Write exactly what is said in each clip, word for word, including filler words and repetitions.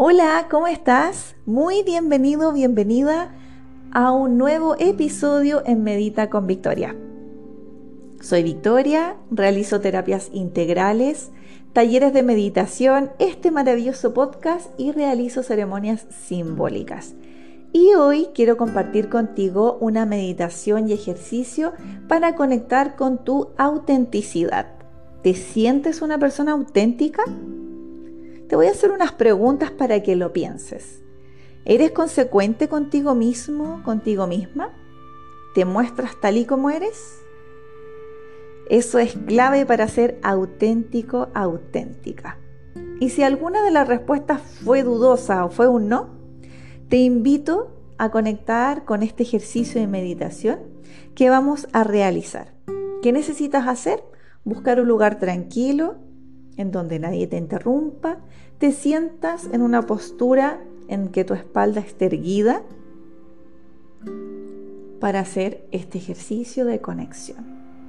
Hola, ¿cómo estás? Muy bienvenido, bienvenida a un nuevo episodio en Medita con Victoria. Soy Victoria, realizo terapias integrales, talleres de meditación, este maravilloso podcast y realizo ceremonias simbólicas. Y hoy quiero compartir contigo una meditación y ejercicio para conectar con tu autenticidad. ¿Te sientes una persona auténtica? Te voy a hacer unas preguntas para que lo pienses. ¿Eres consecuente contigo mismo, contigo misma? ¿Te muestras tal y como eres? Eso es clave para ser auténtico, auténtica. Y si alguna de las respuestas fue dudosa o fue un no, te invito a conectar con este ejercicio de meditación que vamos a realizar. ¿Qué necesitas hacer? Buscar un lugar tranquilo, en donde nadie te interrumpa, te sientas en una postura en que tu espalda esté erguida para hacer este ejercicio de conexión.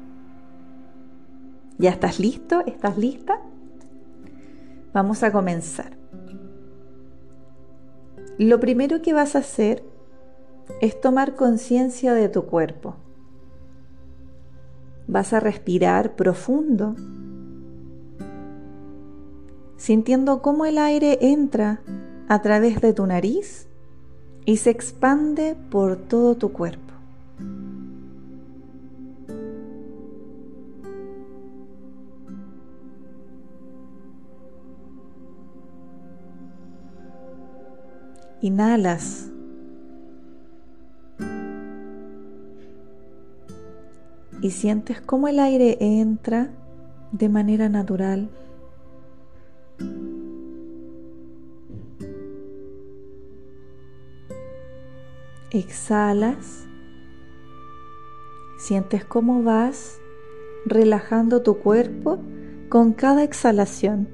¿Ya estás listo? ¿Estás lista? Vamos a comenzar. Lo primero que vas a hacer es tomar conciencia de tu cuerpo. Vas a respirar profundo, sintiendo cómo el aire entra a través de tu nariz y se expande por todo tu cuerpo. Inhalas. Y sientes cómo el aire entra de manera natural. Exhalas. Sientes cómo vas relajando tu cuerpo con cada exhalación.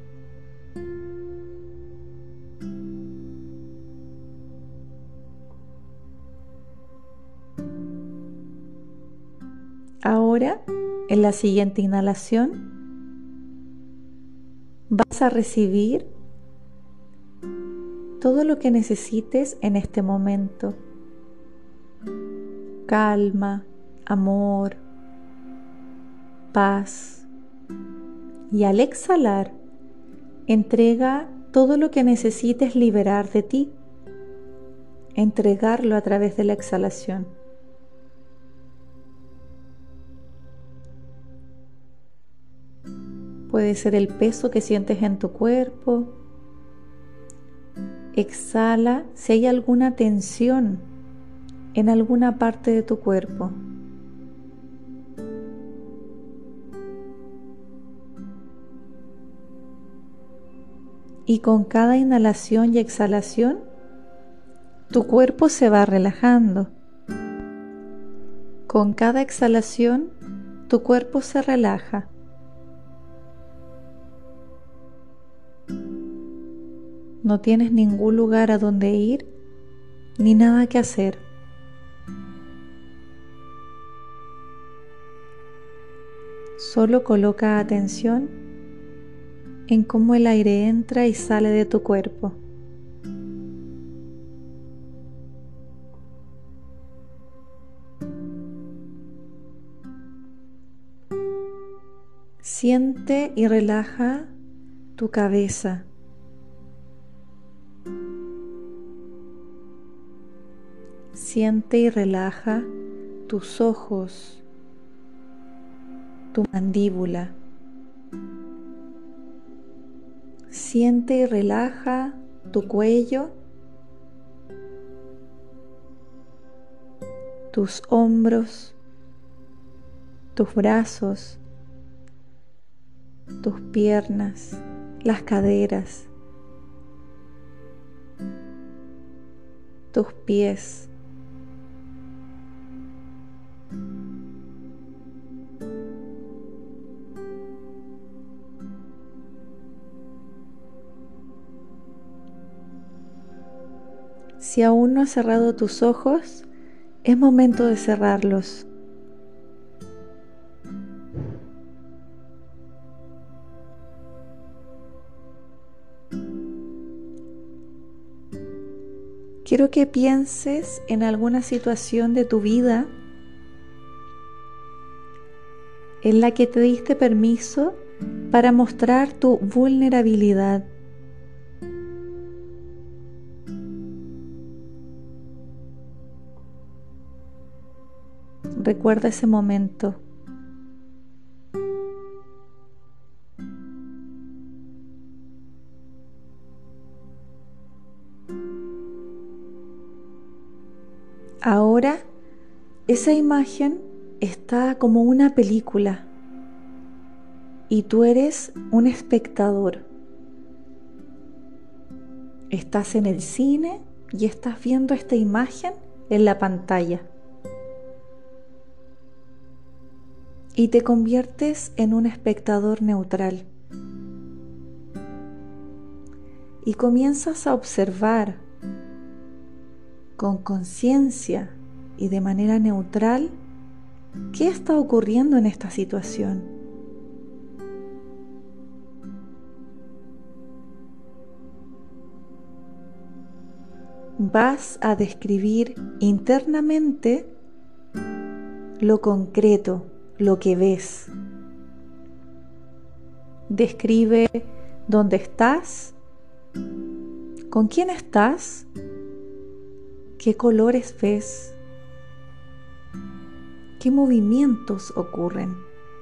Ahora, en la siguiente inhalación, vas a recibir todo lo que necesites en este momento. Calma, amor, paz. Y al exhalar, entrega todo lo que necesites liberar de ti. Entregarlo a través de la exhalación. Puede ser el peso que sientes en tu cuerpo. Exhala si hay alguna tensión en alguna parte de tu cuerpo. Y con cada inhalación y exhalación, tu cuerpo se va relajando. Con cada exhalación, tu cuerpo se relaja. No tienes ningún lugar a donde ir, ni nada que hacer. Solo coloca atención en cómo el aire entra y sale de tu cuerpo. Siente y relaja tu cabeza. Siente y relaja tus ojos, tu mandíbula. Siente y relaja tu cuello, tus hombros, tus brazos, tus piernas, las caderas, tus pies. Si aún no has cerrado tus ojos, es momento de cerrarlos. quiero que pienses en alguna situación de tu vida en la que te diste permiso para mostrar tu vulnerabilidad. Recuerda ese momento. Ahora, esa imagen está como una película y tú eres un espectador. Estás en el cine y estás viendo esta imagen en la pantalla. Y te conviertes en un espectador neutral. Y comienzas a observar con conciencia y de manera neutral qué está ocurriendo en esta situación. Vas a describir internamente lo concreto, lo que ves. Describe dónde estás, con quién estás, qué colores ves, qué movimientos ocurren.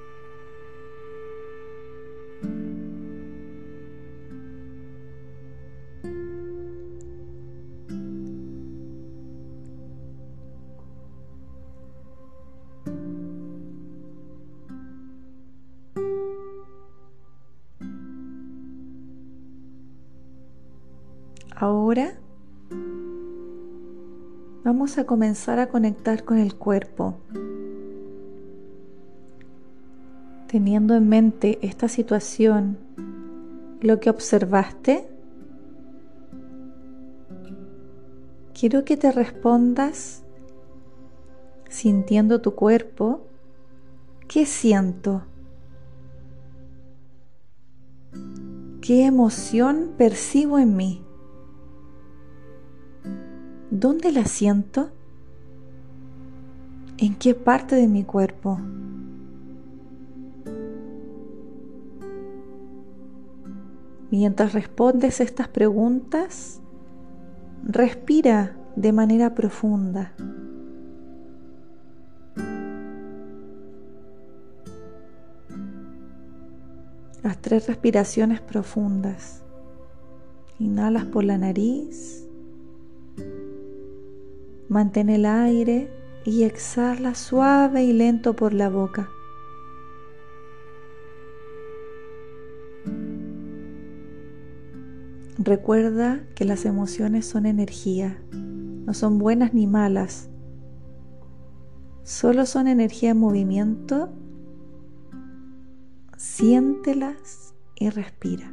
Ahora vamos a comenzar a conectar con el cuerpo, teniendo en mente esta situación, lo que observaste. Quiero que te respondas sintiendo tu cuerpo. ¿Qué siento? ¿Qué emoción percibo en mí? ¿Dónde la siento? ¿En qué parte de mi cuerpo? Mientras respondes estas preguntas, respira de manera profunda. Haz tres respiraciones profundas. Inhalas por la nariz. Mantén el aire y exhala suave y lento por la boca. Recuerda que las emociones son energía, no son buenas ni malas, solo son energía en movimiento. Siéntelas y respira.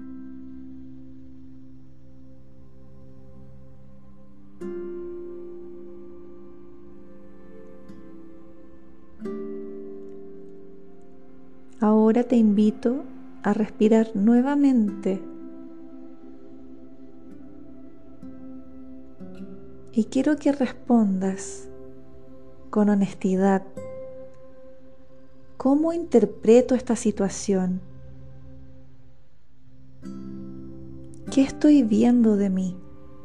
Ahora te invito a respirar nuevamente y quiero que respondas con honestidad. ¿Cómo interpreto esta situación? ¿Qué estoy viendo de mí?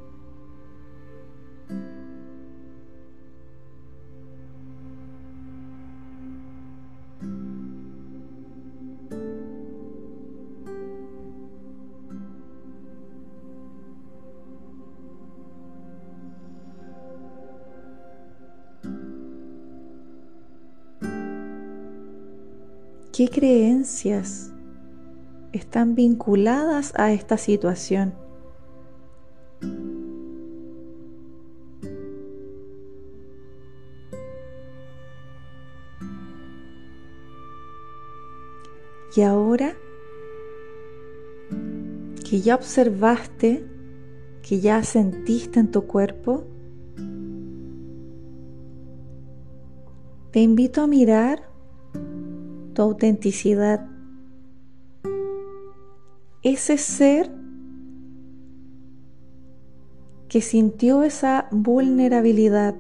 ¿Qué creencias están vinculadas a esta situación? Y ahora que ya observaste, que ya sentiste en tu cuerpo, te invito a mirar tu autenticidad, ese ser que sintió esa vulnerabilidad.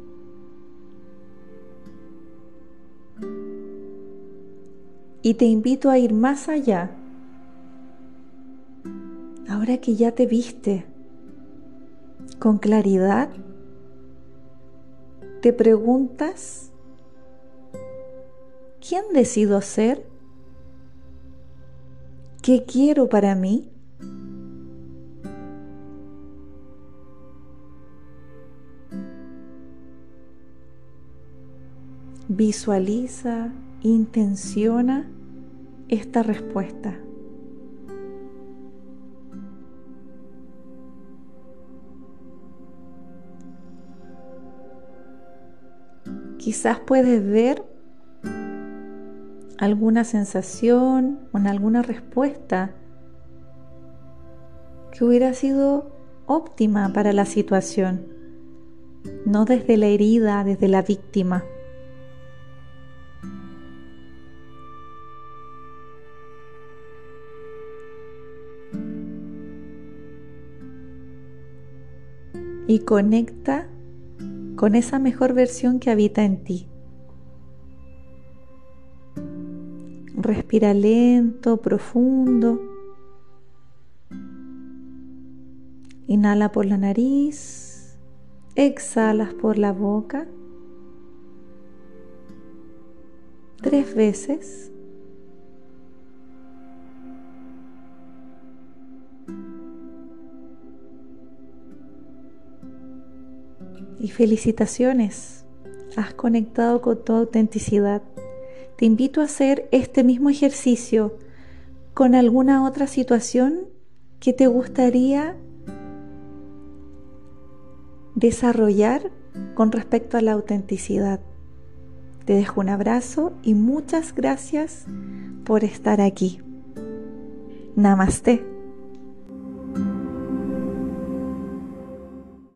Y te invito a ir más allá. Ahora que ya te viste con claridad, te preguntas, ¿quién decido ser? ¿Qué quiero para mí? Visualiza, intenciona esta respuesta. Quizás puedes ver alguna sensación o alguna respuesta que hubiera sido óptima para la situación, no desde la herida, desde la víctima. Y conecta con esa mejor versión que habita en ti. Respira lento, profundo. Inhala por la nariz, exhalas por la boca. Tres veces. Y felicitaciones, has conectado con tu autenticidad. Te invito a hacer este mismo ejercicio con alguna otra situación que te gustaría desarrollar con respecto a la autenticidad. Te dejo un abrazo y muchas gracias por estar aquí. Namaste.